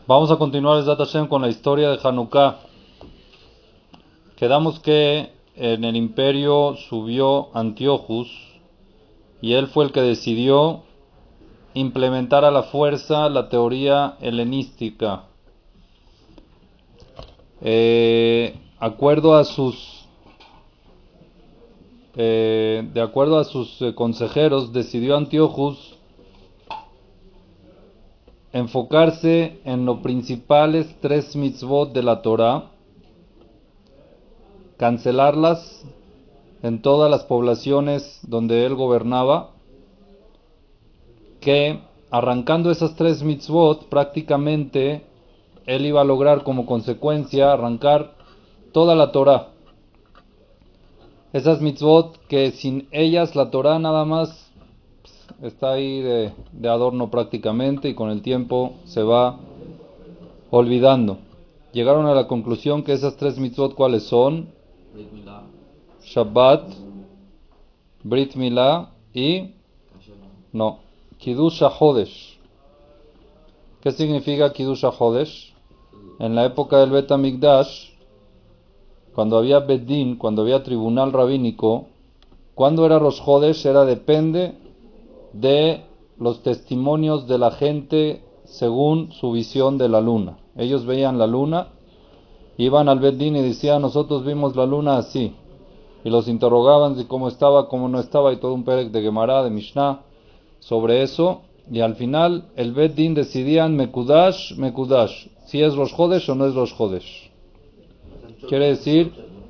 Vamos a continuar Besat Hashem con la historia de Hanukkah. Quedamos que en el imperio subió Antíochus y él fue el que decidió implementar a la fuerza la teoría helenística. De acuerdo a sus consejeros, decidió Antíochus enfocarse en los principales 3 mitzvot de la Torah, cancelarlas en todas las poblaciones donde él gobernaba, que arrancando esas 3 mitzvot prácticamente él iba a lograr como consecuencia arrancar toda la Torah. Esas mitzvot que sin ellas la Torah nada más está ahí de adorno prácticamente y con el tiempo se va olvidando. Llegaron a la conclusión que esas 3 mitzvot, ¿cuáles son? Brit Milá, Shabbat, Brit Milá y... no, Kiddush HaHodesh. ¿Qué significa Kiddush HaHodesh? En la época del Bet HaMikdash, cuando había Bet Din, cuando había tribunal rabínico, cuando era Rosh Hodesh, depende de los testimonios de la gente según su visión de la luna. Ellos veían la luna, iban al Bet Din y decían, nosotros vimos la luna así. Y los interrogaban de cómo estaba, cómo no estaba, y todo un perek de Gemara, de Mishnah, sobre eso. Y al final, el Bet Din decidían Mekudash, Mekudash, si es Rosh Hodesh o no es Rosh Hodesh. Quiere decir,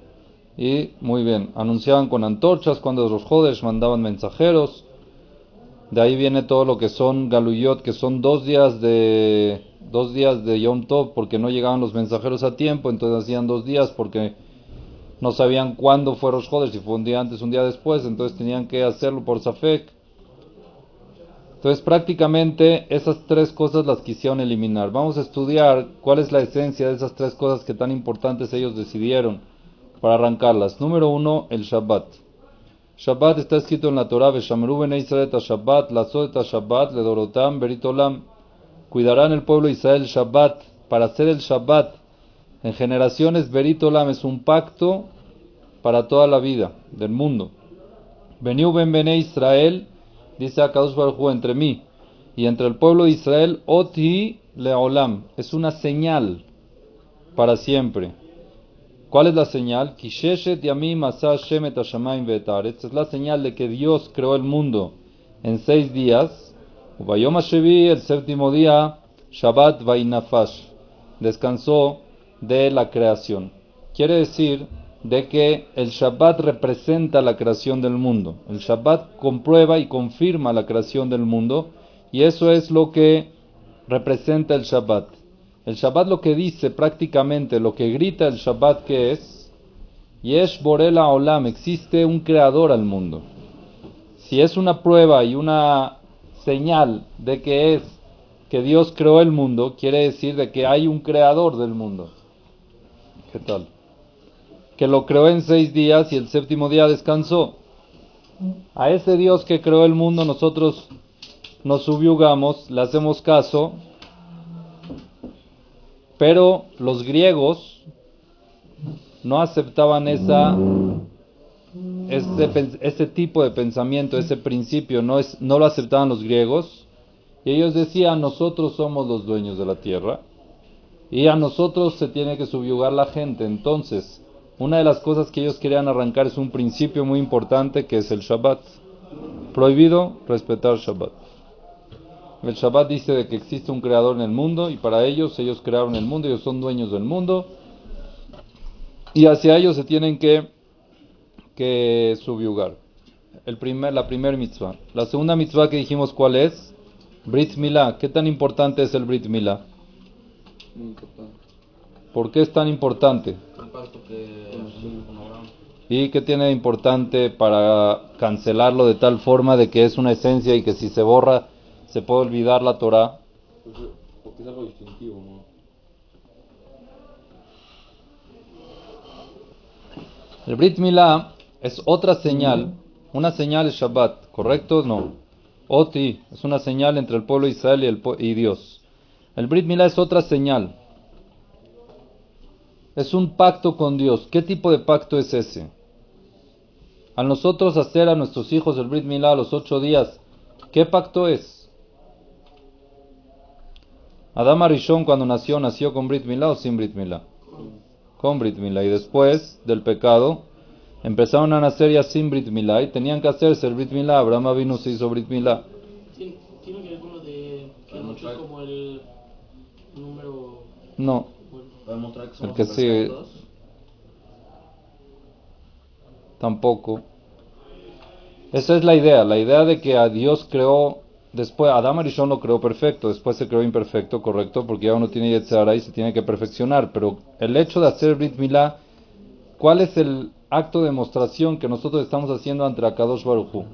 y muy bien, anunciaban con antorchas cuando es Rosh Hodesh, mandaban mensajeros. De ahí viene todo lo que son Galuyot, que son 2 días de Yom Tov, porque no llegaban los mensajeros a tiempo, entonces hacían 2 días porque no sabían cuándo fue Rosh Hodesh, si fue un día antes, un día después, entonces tenían que hacerlo por Safek. Entonces prácticamente esas 3 cosas las quisieron eliminar. Vamos a estudiar cuál es la esencia de esas 3 cosas que tan importantes ellos decidieron para arrancarlas. Número 1, el Shabbat. Shabbat está escrito en la Torah, Veshamru bnei Israel et Shabbat, lazot et Shabbat, ledorotam berit olam. Cuidarán el pueblo de Israel Shabbat, para hacer el Shabbat en generaciones. Berit olam es un pacto para toda la vida del mundo. Veniu ben bnei Israel, dice Akadosh Baruj Hu, entre mí y entre el pueblo de Israel, oti leolam, es una señal para siempre. ¿Cuál es la señal? Kisheshet yamim asa Hashem et hashamayim ve'et haaretz. Es la señal de que Dios creó el mundo en 6 días. Ubayom hashevi, el séptimo día, Shabbat vainafash, descansó de la creación. Quiere decir de que el Shabbat representa la creación del mundo. El Shabbat comprueba y confirma la creación del mundo, y eso es lo que representa el Shabbat. El Shabbat lo que dice prácticamente, lo que grita el Shabbat, que es Yesh Borela Olam, existe un creador al mundo. Si es una prueba y una señal de que Dios creó el mundo, quiere decir de que hay un creador del mundo. ¿Qué tal? Que lo creó en 6 días y el séptimo día descansó. A ese Dios que creó el mundo nosotros nos subyugamos, le hacemos caso. Pero los griegos no aceptaban ese tipo de pensamiento, ese principio, no lo aceptaban los griegos. Y ellos decían, nosotros somos los dueños de la tierra y a nosotros se tiene que subyugar la gente. Entonces, una de las cosas que ellos querían arrancar es un principio muy importante, que es el Shabbat. Prohibido respetar Shabbat. El Shabbat dice de que existe un creador en el mundo y para ellos crearon el mundo, ellos son dueños del mundo y hacia ellos se tienen que subyugar. La primera mitzvah. La segunda mitzvah que dijimos, ¿cuál es? Brit Milá. ¿Qué tan importante es el Brit Milá? muy importante. ¿Por qué es tan importante? Un pacto que hacemos con Abraham. ¿Y qué tiene de importante para cancelarlo de tal forma de que es una esencia y que si se borra se puede olvidar la Torah? Porque es algo distintivo, ¿no? El Brit Milá es otra señal, una señal es Shabbat, ¿correcto? No. Oti es una señal entre el pueblo de Israel y Dios. El Brit Milá es otra señal. Es un pacto con Dios. ¿Qué tipo de pacto es ese? Al nosotros hacer a nuestros hijos el Brit Milá a los 8 días, ¿qué pacto es? Adam Arishon cuando nació con Brit Milá o sin Brit Milá? Con Brit Milá. Y después del pecado empezaron a nacer ya sin Brit Milá y tenían que hacerse el Brit Milá. Abraham Avinu se hizo Brit Milá. ¿Tiene que ver con lo de que no es como el número? No. Podemos mostrar que somos El que sigue. perfectos. Tampoco. Esa es la idea de que a Dios creó, después Adam Arishon lo creó perfecto, después se creó imperfecto, correcto, porque ya uno tiene Yetzer Hara y se tiene que perfeccionar, pero el hecho de hacer Brit Milá, ¿cuál es el acto de demostración que nosotros estamos haciendo ante Akadosh Baruj Hu?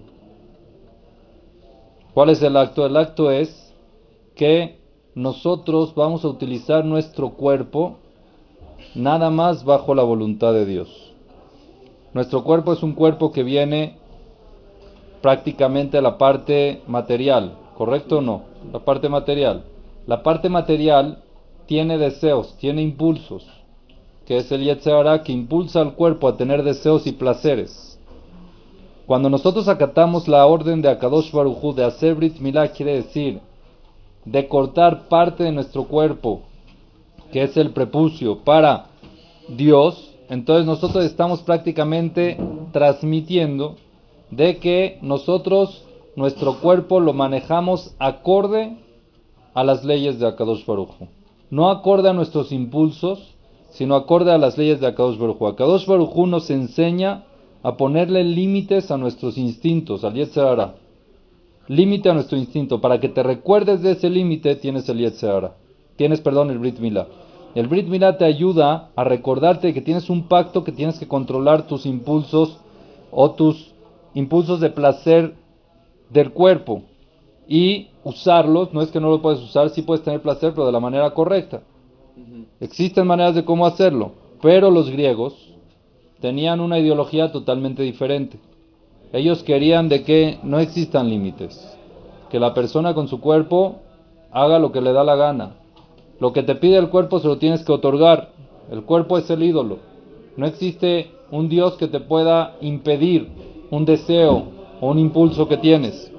¿Cuál es el acto? El acto es que nosotros vamos a utilizar nuestro cuerpo nada más bajo la voluntad de Dios. Nuestro cuerpo es un cuerpo que viene prácticamente a la parte material, ¿correcto o no? La parte material. La parte material tiene deseos, tiene impulsos, que es el Yetzer Hara que impulsa al cuerpo a tener deseos y placeres. Cuando nosotros acatamos la orden de Akadosh Baruj Hu de hacer Brit Milá, quiere decir de cortar parte de nuestro cuerpo, que es el prepucio, para Dios, entonces nosotros estamos prácticamente transmitiendo de que nosotros, nuestro cuerpo lo manejamos acorde a las leyes de Akadosh Baruj Hu. No acorde a nuestros impulsos, sino acorde a las leyes de Akadosh Baruj Hu. Akadosh Baruj Hu nos enseña a ponerle límites a nuestros instintos, al Yetzer Hara. Límite a nuestro instinto. Para que te recuerdes de ese límite, tienes el Yetzer Hara. Tienes, el Brit Milá. El Brit Milá te ayuda a recordarte que tienes un pacto, que tienes que controlar tus impulsos o tus impulsos de placer del cuerpo y usarlos. No es que no lo puedes usar, sí puedes tener placer, pero de la manera correcta. Existen maneras de cómo hacerlo, pero los griegos tenían una ideología totalmente diferente. Ellos querían de que no existan límites, que la persona con su cuerpo haga lo que le da la gana. Lo que te pide el cuerpo se lo tienes que otorgar. El cuerpo es el ídolo. No existe un Dios que te pueda impedir un deseo o un impulso que tienes.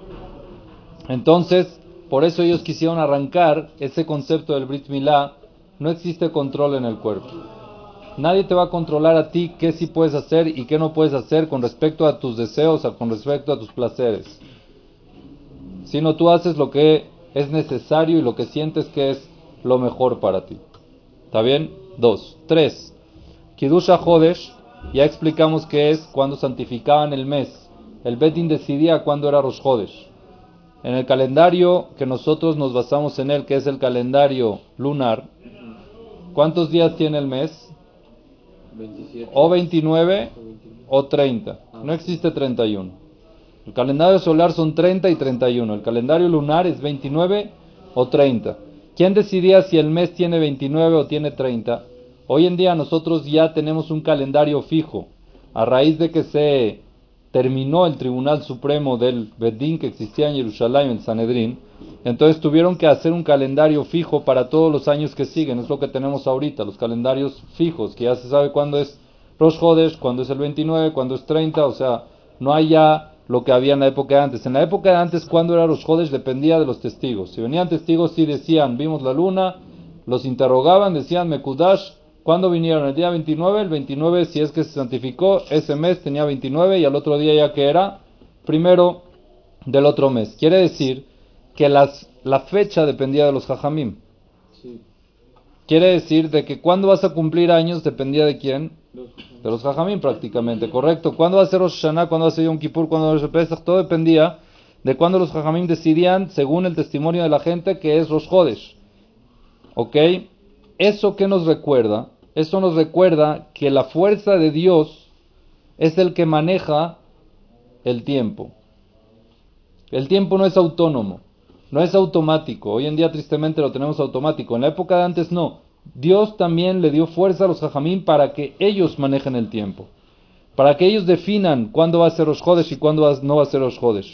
Entonces, por eso ellos quisieron arrancar ese concepto del Brit Milá. No existe control en el cuerpo. Nadie te va a controlar a ti qué sí puedes hacer y qué no puedes hacer con respecto a tus deseos, con respecto a tus placeres. Sino tú haces lo que es necesario y lo que sientes que es lo mejor para ti. ¿Está bien? 2. 3. Kiddush HaJodesh, ya explicamos que es cuando santificaban el mes. El Beit Din decidía cuándo era Rosh Hodesh. En el calendario que nosotros nos basamos en él, que es el calendario lunar, ¿cuántos días tiene el mes? 27. O 29 o 30. No existe 31. El calendario solar son 30 y 31. El calendario lunar es 29 o 30. ¿Quién decidía si el mes tiene 29 o tiene 30? Hoy en día nosotros ya tenemos un calendario fijo. A raíz de que se terminó el Tribunal Supremo del Bedín que existía en Jerusalén, en Sanedrín, entonces tuvieron que hacer un calendario fijo para todos los años que siguen. Es lo que tenemos ahorita, los calendarios fijos, que ya se sabe cuándo es Rosh Hodesh, cuándo es el 29, cuándo es 30, o sea, no hay ya lo que había en la época de antes. En la época de antes, cuando era Rosh Hodesh, dependía de los testigos. Si venían testigos, sí decían, vimos la luna, los interrogaban, decían, Mekudash, ¿cuándo vinieron? El día 29, el 29, si es que se santificó, ese mes tenía 29 y al otro día ya que era primero del otro mes. Quiere decir que la fecha dependía de los Jajamim. Sí. Quiere decir de que cuando vas a cumplir años dependía de quién? De los Jajamim prácticamente, ¿correcto? ¿Cuándo va a ser Rosh Hashanah? ¿Cuándo va a ser Yom Kippur? ¿Cuándo va a ser Pesach? Todo dependía de cuándo los Jajamim decidían, según el testimonio de la gente, que es Rosh Hodesh. ¿Ok? ¿Eso qué nos recuerda? Eso nos recuerda que la fuerza de Dios es el que maneja el tiempo. El tiempo no es autónomo, no es automático. Hoy en día tristemente lo tenemos automático. En la época de antes no. Dios también le dio fuerza a los Jajamim para que ellos manejen el tiempo. Para que ellos definan cuándo va a ser Rosh Hodesh y cuándo no va a ser Rosh Hodesh.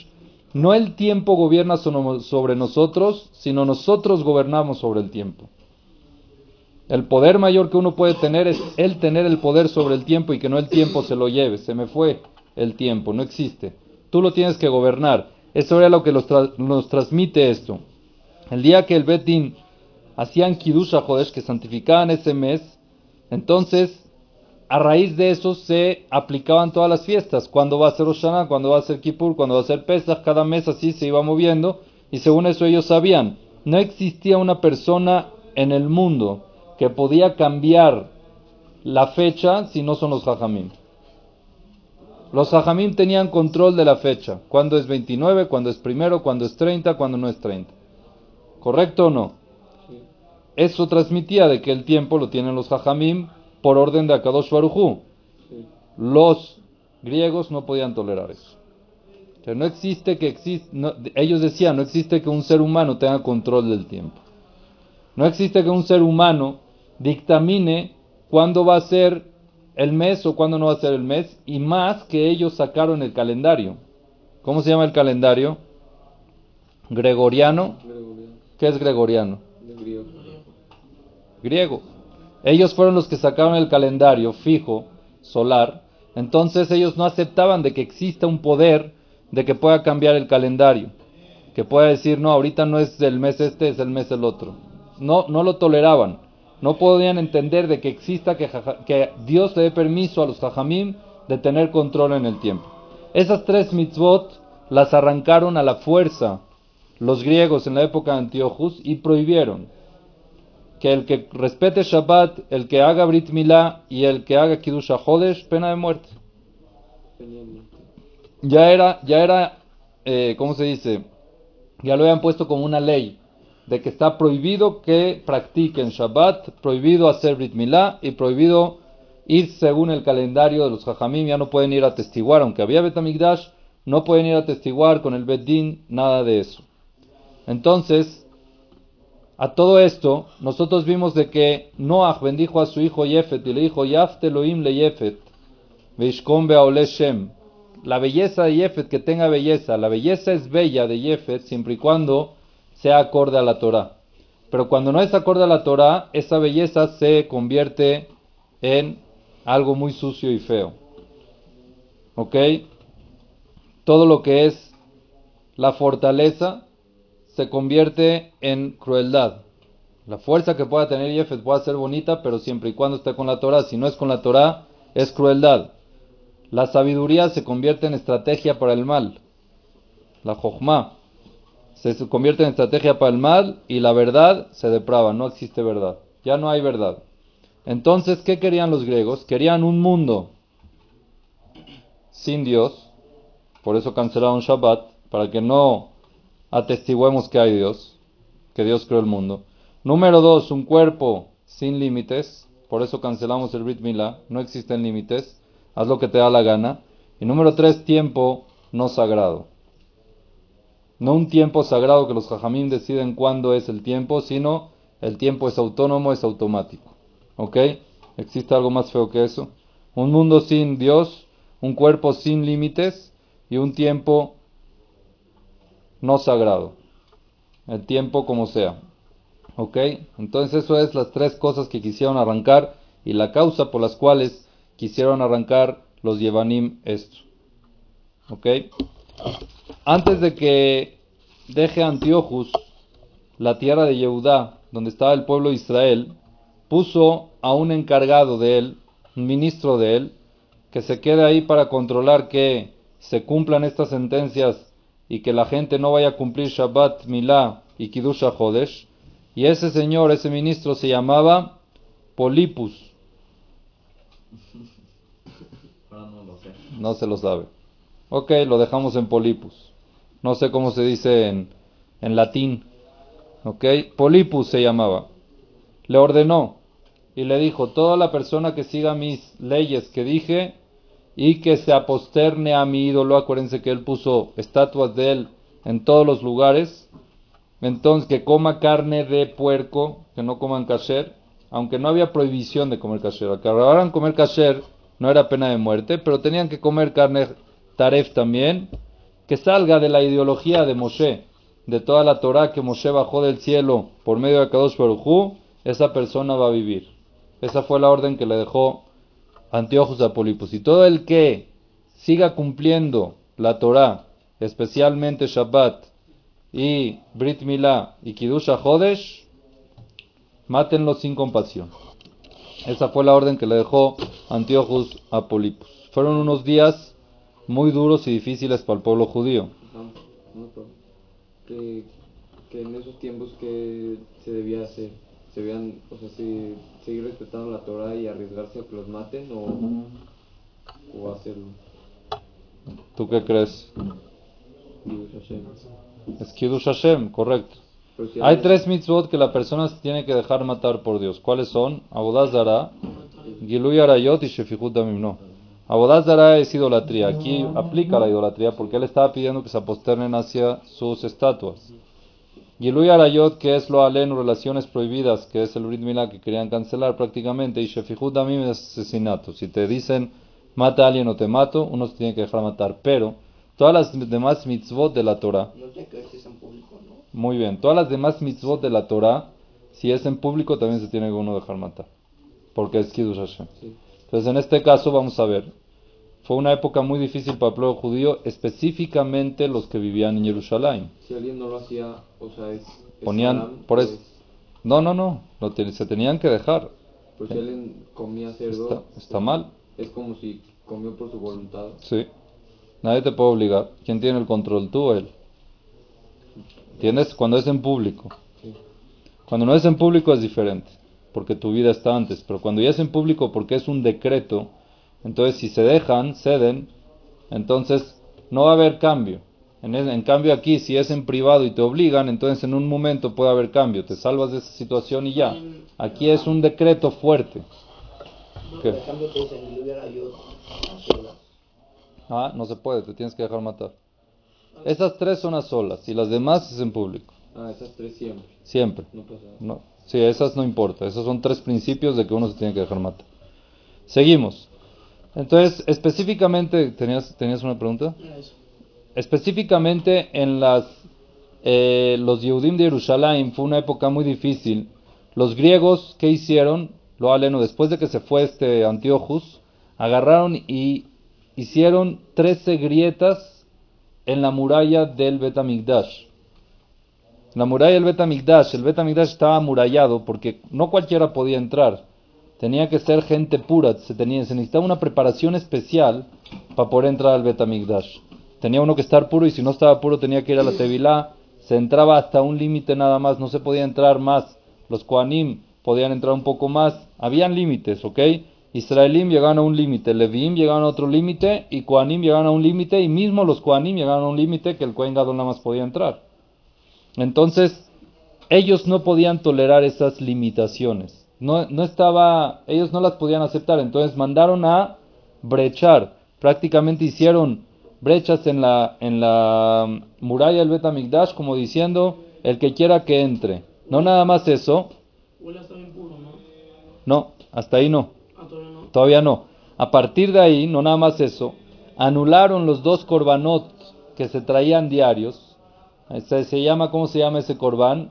No el tiempo gobierna sobre nosotros, sino nosotros gobernamos sobre el tiempo. El poder mayor que uno puede tener es el tener el poder sobre el tiempo y que no el tiempo se lo lleve. Se me fue el tiempo, no existe. Tú lo tienes que gobernar. Eso era lo que nos transmite esto. El día que el Bet Din hacían Kiddush HaJodesh, que santificaban ese mes, entonces a raíz de eso se aplicaban todas las fiestas. Cuando va a ser Rosh Hashanah, cuando va a ser Kippur, cuando va a ser Pesach, cada mes así se iba moviendo. Y según eso ellos sabían, no existía una persona en el mundo que podía cambiar la fecha si no son los Jajamim. Los Jajamim tenían control de la fecha. Cuándo es 29, cuándo es primero, cuándo es 30, cuándo no es 30. ¿Correcto o no? Sí. Eso transmitía de que el tiempo lo tienen los Jajamim por orden de Akadosh Baruj Hu. Sí. Los griegos no podían tolerar eso. O sea, no existe que ellos decían, no existe que un ser humano tenga control del tiempo. No existe que un ser humano dictamine cuándo va a ser el mes o cuándo no va a ser el mes, y más que ellos sacaron el calendario. ¿Cómo se llama el calendario? Gregoriano. Gregoriano. ¿Qué es gregoriano? De griego. Griego. Ellos fueron los que sacaron el calendario fijo, solar. Entonces ellos no aceptaban de que exista un poder de que pueda cambiar el calendario, que pueda decir, no, ahorita no es el mes este, es el mes el otro. No lo toleraban. No podían entender de que exista que Dios le dé permiso a los jajamim de tener control en el tiempo. Esas tres mitzvot las arrancaron a la fuerza los griegos en la época de Antíochus y prohibieron que el que respete Shabbat, el que haga Brit Milá y el que haga Kiddush HaJodesh, pena de muerte. Ya era, ¿cómo se dice? Ya lo habían puesto como una ley de que está prohibido que practiquen Shabbat, prohibido hacer Brit Milá y prohibido ir según el calendario de los Jajamim. Ya no pueden ir a testiguar, aunque había Bet HaMikdash, no pueden ir a testiguar con el Bet Din, nada de eso. Entonces, a todo esto, nosotros vimos de que Noach bendijo a su hijo Yefet y le dijo, Yaft Elohim le Yefet, Veishkom be'aole Shem. La belleza de Yefet, que tenga belleza. La belleza es bella de Yefet siempre y cuando sea acorde a la Torah. Pero cuando no es acorde a la Torah, esa belleza se convierte en algo muy sucio y feo. ¿Ok? Todo lo que es la fortaleza se convierte en crueldad. La fuerza que pueda tener Yefet puede ser bonita, pero siempre y cuando esté con la Torah. Si no es con la Torah, es crueldad. La sabiduría se convierte en estrategia para el mal. La Jochma se convierte en estrategia para el mal y la verdad se deprava. No existe verdad. Ya no hay verdad. Entonces, ¿qué querían los griegos? Querían un mundo sin Dios. Por eso cancelaron Shabbat, para que no atestiguemos que hay Dios, que Dios creó el mundo. Número 2, un cuerpo sin límites. Por eso cancelamos el Brit Milá. No existen límites. Haz lo que te da la gana. Y número 3, tiempo no sagrado. No un tiempo sagrado que los jajamim deciden cuándo es el tiempo, sino el tiempo es autónomo, es automático. ¿Ok? ¿Existe algo más feo que eso? Un mundo sin Dios, un cuerpo sin límites y un tiempo no sagrado. El tiempo como sea. ¿Ok? Entonces eso es las tres cosas que quisieron arrancar y la causa por las cuales quisieron arrancar los Yevanim esto. ¿Ok? Antes de que deje Antíochus la tierra de Yehudá, donde estaba el pueblo de Israel, puso a un encargado de él, un ministro de él, que se quede ahí para controlar que se cumplan estas sentencias y que la gente no vaya a cumplir Shabbat, Milá y Kiddush HaJodesh. Y ese señor, ese ministro se llamaba Polipus. No se lo sabe. Ok, lo dejamos en Polipus. No sé cómo se dice en latín. Ok, Polipus se llamaba. Le ordenó y le dijo, toda la persona que siga mis leyes que dije y que se aposterne a mi ídolo, acuérdense que él puso estatuas de él en todos los lugares, entonces que coma carne de puerco, que no coman kasher, aunque no había prohibición de comer kasher. Acabaran comer kasher no era pena de muerte, pero tenían que comer carne taref también, que salga de la ideología de Moshe, de toda la Torah que Moshe bajó del cielo por medio de Kadosh Baruj Hu, esa persona va a vivir. Esa fue la orden que le dejó Antíochus a Polipos. Y todo el que siga cumpliendo la Torah, especialmente Shabbat y Brit Milá y Kiddush HaChodesh, mátenlo sin compasión. Esa fue la orden que le dejó Antíochus a Polipos. Fueron unos días muy duros y difíciles para el pueblo judío. Que en esos tiempos que se debía hacer, se debían, o sea, seguir respetando la Torah y arriesgarse a que los maten o hacerlo. ¿Tú qué crees? Kiddush Hashem. Es Kiddush Hashem, correcto. Si Hay 3 mitzvot que la persona se tiene que dejar matar por Dios. ¿Cuáles son? Avodah Zarah, Gilui Arayot y Shefichut Damim. No. Avodah Zarah es idolatría. Aquí aplica la idolatría porque él estaba pidiendo que se aposternen hacia sus estatuas. Gilui Arayot, que es lo aleno, relaciones prohibidas, que es el Brit Milá que querían cancelar prácticamente. Y Shefichut Damim es asesinato. Si te dicen mata a alguien o te mato, uno se tiene que dejar matar. Pero todas las demás mitzvot de la Torah, No tiene que ver si es en público, ¿no? muy bien, todas las demás mitzvot de la Torah, si es en público también se tiene que uno dejar matar, porque es Kiddush Hashem. Sí. Entonces en este caso vamos a ver, fue una época muy difícil para el pueblo judío, específicamente los que vivían en Jerusalén. Si alguien no lo hacía, o sea, es Ponían, haram, por pues, eso, no, se tenían que dejar. pues si alguien comía cerdo, Está mal, es como si comió por su voluntad. sí. Nadie te puede obligar. ¿Quién tiene el control? Tú o él. ¿Entiendes? Cuando es en público. Sí. Cuando no es en público es diferente, porque tu vida está antes. Pero cuando ya es en público porque es un decreto, entonces si se dejan, ceden, entonces no va a haber cambio. En cambio aquí, si es en privado y te obligan, entonces en un momento puede haber cambio. Te salvas de esa situación y ya. Aquí es un decreto fuerte. ¿Qué? Por ejemplo, te dicen, yo hubiera yo a solas. Ah, no se puede, te tienes que dejar matar. Esas 3 son a solas y las demás es en público. Ah, esas 3 siempre. Siempre. No pasa nada. No, sí, esas no importa. Esos son 3 principios de que uno se tiene que dejar matar. Seguimos. Entonces, específicamente, ¿tenías una pregunta? Mira eso. Específicamente en los Yehudim de Jerusalén fue una época muy difícil. Los griegos, ¿qué hicieron? Lo aleno, después de que se fue Antíochus, agarraron y hicieron 13 grietas en la muralla del Bet HaMikdash. La muralla del Bet HaMikdash, el Bet HaMikdash estaba amurallado porque no cualquiera podía entrar. Tenía que ser gente pura, se necesitaba una preparación especial para poder entrar al Bet HaMikdash. Tenía uno que estar puro y si no estaba puro tenía que ir a la Tevilá. Se entraba hasta un límite nada más, no se podía entrar más. Los Kohanim podían entrar un poco más. Habían límites, ¿ok? Israelim llegaban a un límite, Leviim llegaban a otro límite y Kohanim llegaban a un límite y mismo los Kohanim llegaban a un límite que el Kohen Gadol nada más podía entrar. Entonces, ellos no podían tolerar esas limitaciones. Ellos no las podían aceptar, entonces mandaron a brechar. Prácticamente hicieron brechas en la muralla del Bet HaMikdash como diciendo, el que quiera que entre. No nada más eso. Huele hasta bien puro, ¿no? No, hasta ahí no. Ah, todavía no. Todavía no. A partir de ahí, no nada más eso, anularon los 2 korbanot que se traían diarios. Se llama, ¿cómo se llama ese corbán?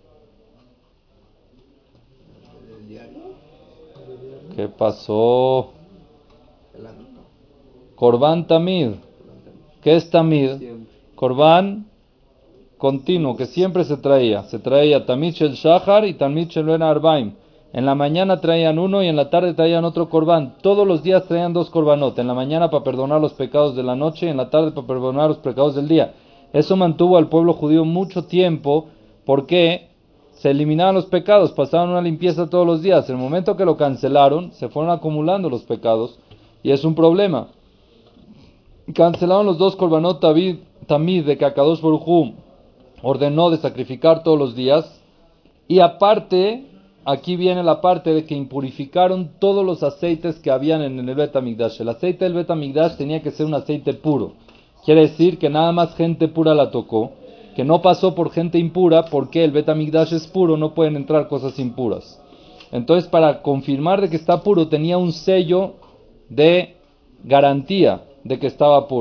¿El diario? ¿Qué pasó? El año, no. Corbán Tamid. ¿Qué es Tamid? Siempre. Corbán continuo, que siempre se traía. Se traía Tamid Shel Shahar y Tamid Shel Ben Arbaim. En la mañana traían uno y en la tarde traían otro corbán. Todos los días traían 2 korbanot. En la mañana para perdonar los pecados de la noche y en la tarde para perdonar los pecados del día. Eso mantuvo al pueblo judío mucho tiempo porque se eliminaban los pecados, pasaban una limpieza todos los días. En el momento que lo cancelaron, se fueron acumulando los pecados y es un problema. Cancelaron los 2 korbanot Tamid de que Akadosh Baruj Hu ordenó de sacrificar todos los días y aparte, aquí viene la parte de que impurificaron todos los aceites que habían en el Bet HaMikdash. El aceite del Bet HaMikdash tenía que ser un aceite puro. Quiere decir que nada más gente pura la tocó, que no pasó por gente impura, porque el Bet HaMikdash es puro, no pueden entrar cosas impuras. Entonces, para confirmar de que está puro, tenía un sello de garantía de que estaba puro.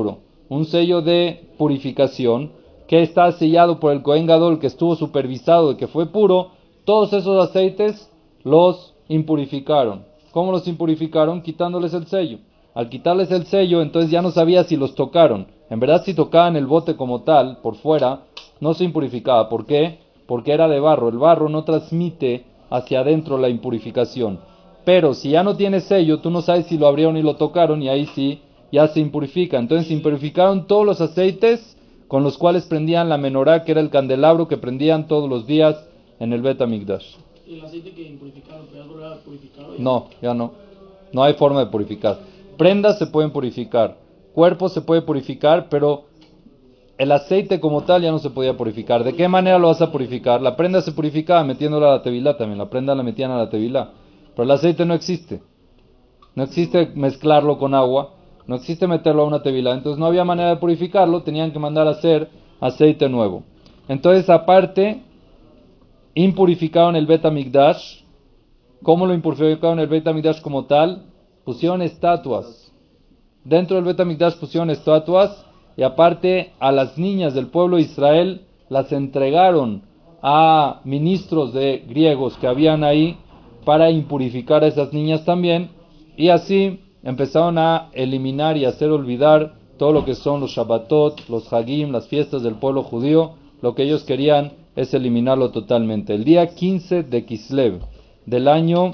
un sello de purificación, que está sellado por el Kohen Gadol, que estuvo supervisado de que fue puro. Todos esos aceites los impurificaron. ¿Cómo los impurificaron? Quitándoles el sello. Al quitarles el sello, entonces ya no sabía si los tocaron. En verdad, si tocaban el bote como tal, por fuera, no se impurificaba. ¿Por qué? Porque era de barro. El barro no transmite hacia adentro la impurificación. Pero si ya no tiene sello, tú no sabes si lo abrieron y lo tocaron, y ahí sí, ya se impurifica. Entonces se impurificaron todos los aceites con los cuales prendían la menorá, que era el candelabro que prendían todos los días en el Bet HaMikdash. ¿Y el aceite que impurificaron, podías volver a purificarlo? No, ya no. No hay forma de purificar. Prendas se pueden purificar, cuerpos se puede purificar, pero el aceite como tal ya no se podía purificar. ¿De qué manera lo vas a purificar? La prenda se purificaba metiéndola a la tevilá también. La prenda la metían a la tevilá. Pero el aceite no existe. No existe mezclarlo con agua. No existe meterlo a una tevilá. Entonces no había manera de purificarlo. Tenían que mandar a hacer aceite nuevo. Entonces aparte, impurificaron el Bet HaMikdash. ¿Cómo lo impurificaron el Bet HaMikdash como tal? Pusieron estatuas. Dentro del Bet HaMikdash pusieron estatuas. Y aparte a las niñas del pueblo de Israel las entregaron a ministros de griegos que habían ahí para impurificar a esas niñas también. Y así empezaron a eliminar y hacer olvidar todo lo que son los Shabbatot, los Hagim, las fiestas del pueblo judío. Lo que ellos querían es eliminarlo totalmente. El día 15 de Kislev del año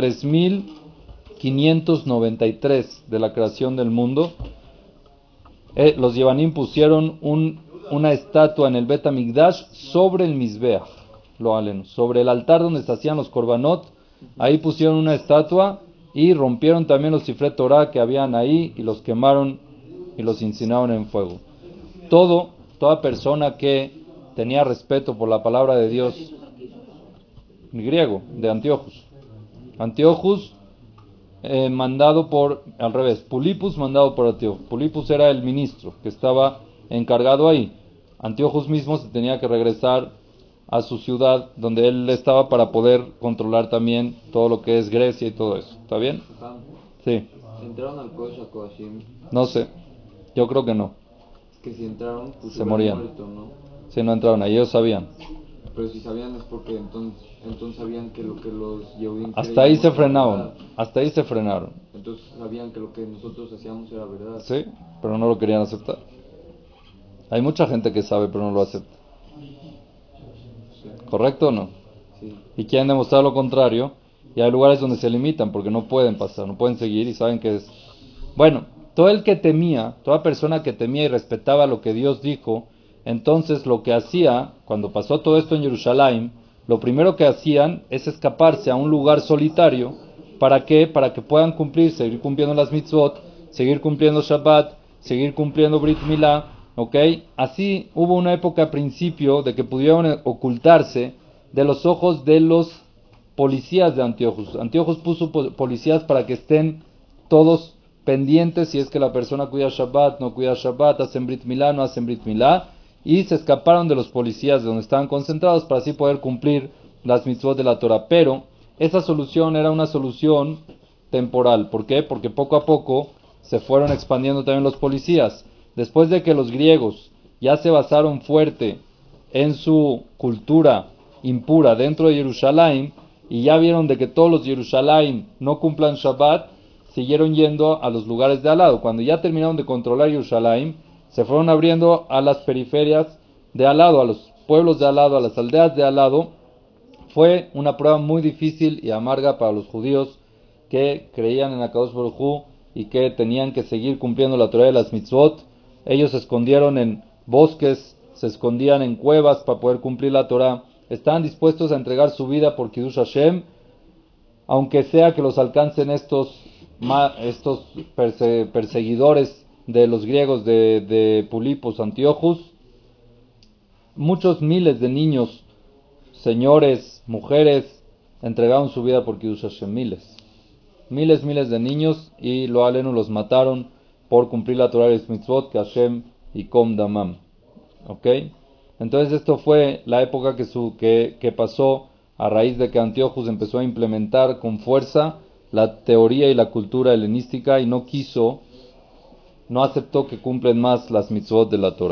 3593 de la creación del mundo, los Yevanim pusieron una estatua en el Bet HaMikdash sobre el Mizbeach, sobre el altar donde se hacían los korbanot. Ahí pusieron una estatua y rompieron también los Sifrei Torah que habían ahí y los quemaron y los incineraron en fuego. Toda persona que tenía respeto por la palabra de Dios, en griego, de Antíochus. Antíochus mandado por, al revés, Pulipus mandado por Antíochus. Pulipus era el ministro que estaba encargado ahí. Antíochus mismo se tenía que regresar a su ciudad donde él estaba para poder controlar también todo lo que es Grecia y todo eso. ¿Está bien? Sí. ¿Entraron al Kodesh HaKodashim? No sé. Yo creo que no. Es que si entraron, pues se morían. Muerto, ¿no? Sí, no entraron ahí, ellos sabían. Pero si sabían es porque entonces sabían que lo que los Yehudim hasta ahí se frenaron. Hasta ahí se frenaron. Entonces sabían que lo que nosotros hacíamos era verdad. Sí, pero no lo querían aceptar. Hay mucha gente que sabe pero no lo acepta. Sí. ¿Correcto o no? Sí. Y quieren demostrar lo contrario. Y hay lugares donde se limitan porque no pueden pasar, no pueden seguir y saben que es... Bueno, toda persona que temía y respetaba lo que Dios dijo, entonces lo que hacía, cuando pasó todo esto en Jerusalén, lo primero que hacían es escaparse a un lugar solitario. ¿Para qué? Para que puedan seguir cumpliendo las mitzvot, seguir cumpliendo Shabbat, seguir cumpliendo Brit Milá, ¿ok? Así hubo una época al principio de que pudieron ocultarse de los ojos de los policías de Antíochus. Antíochus puso policías para que estén todos pendientes si es que la persona cuida Shabbat, no cuida Shabbat, hacen Brit Milá, no hacen Brit Milá, y se escaparon de los policías de donde estaban concentrados para así poder cumplir las mitzvot de la Torah. Pero esa solución era una solución temporal. ¿Por qué? Porque poco a poco se fueron expandiendo también los policías. Después de que los griegos ya se basaron fuerte en su cultura impura dentro de Jerusalén y ya vieron de que todos los Jerusalén no cumplan Shabbat, siguieron yendo a los lugares de al lado. Cuando ya terminaron de controlar Jerusalén, se fueron abriendo a las periferias de al lado, a los pueblos de al lado, a las aldeas de al lado. Fue una prueba muy difícil y amarga para los judíos que creían en Akadosh Baruj Hu y que tenían que seguir cumpliendo la Torah de las mitzvot. Ellos se escondieron en bosques, se escondían en cuevas para poder cumplir la Torah. Estaban dispuestos a entregar su vida por Kiddush Hashem, aunque sea que los alcancen estos perseguidores de los griegos de Pulipus, Antíochus. Muchos miles de niños, señores, mujeres, entregaron su vida por Kiddush Hashem. Miles de niños, y lo alenu los mataron por cumplir la Torah de los mitzvot que Hashem y Kom Damam. ¿Ok? Entonces esto fue la época que pasó a raíz de que Antíochus empezó a implementar con fuerza la teoría y la cultura helenística y no quiso no aceptó que cumplen más las mitzvot de la Torah.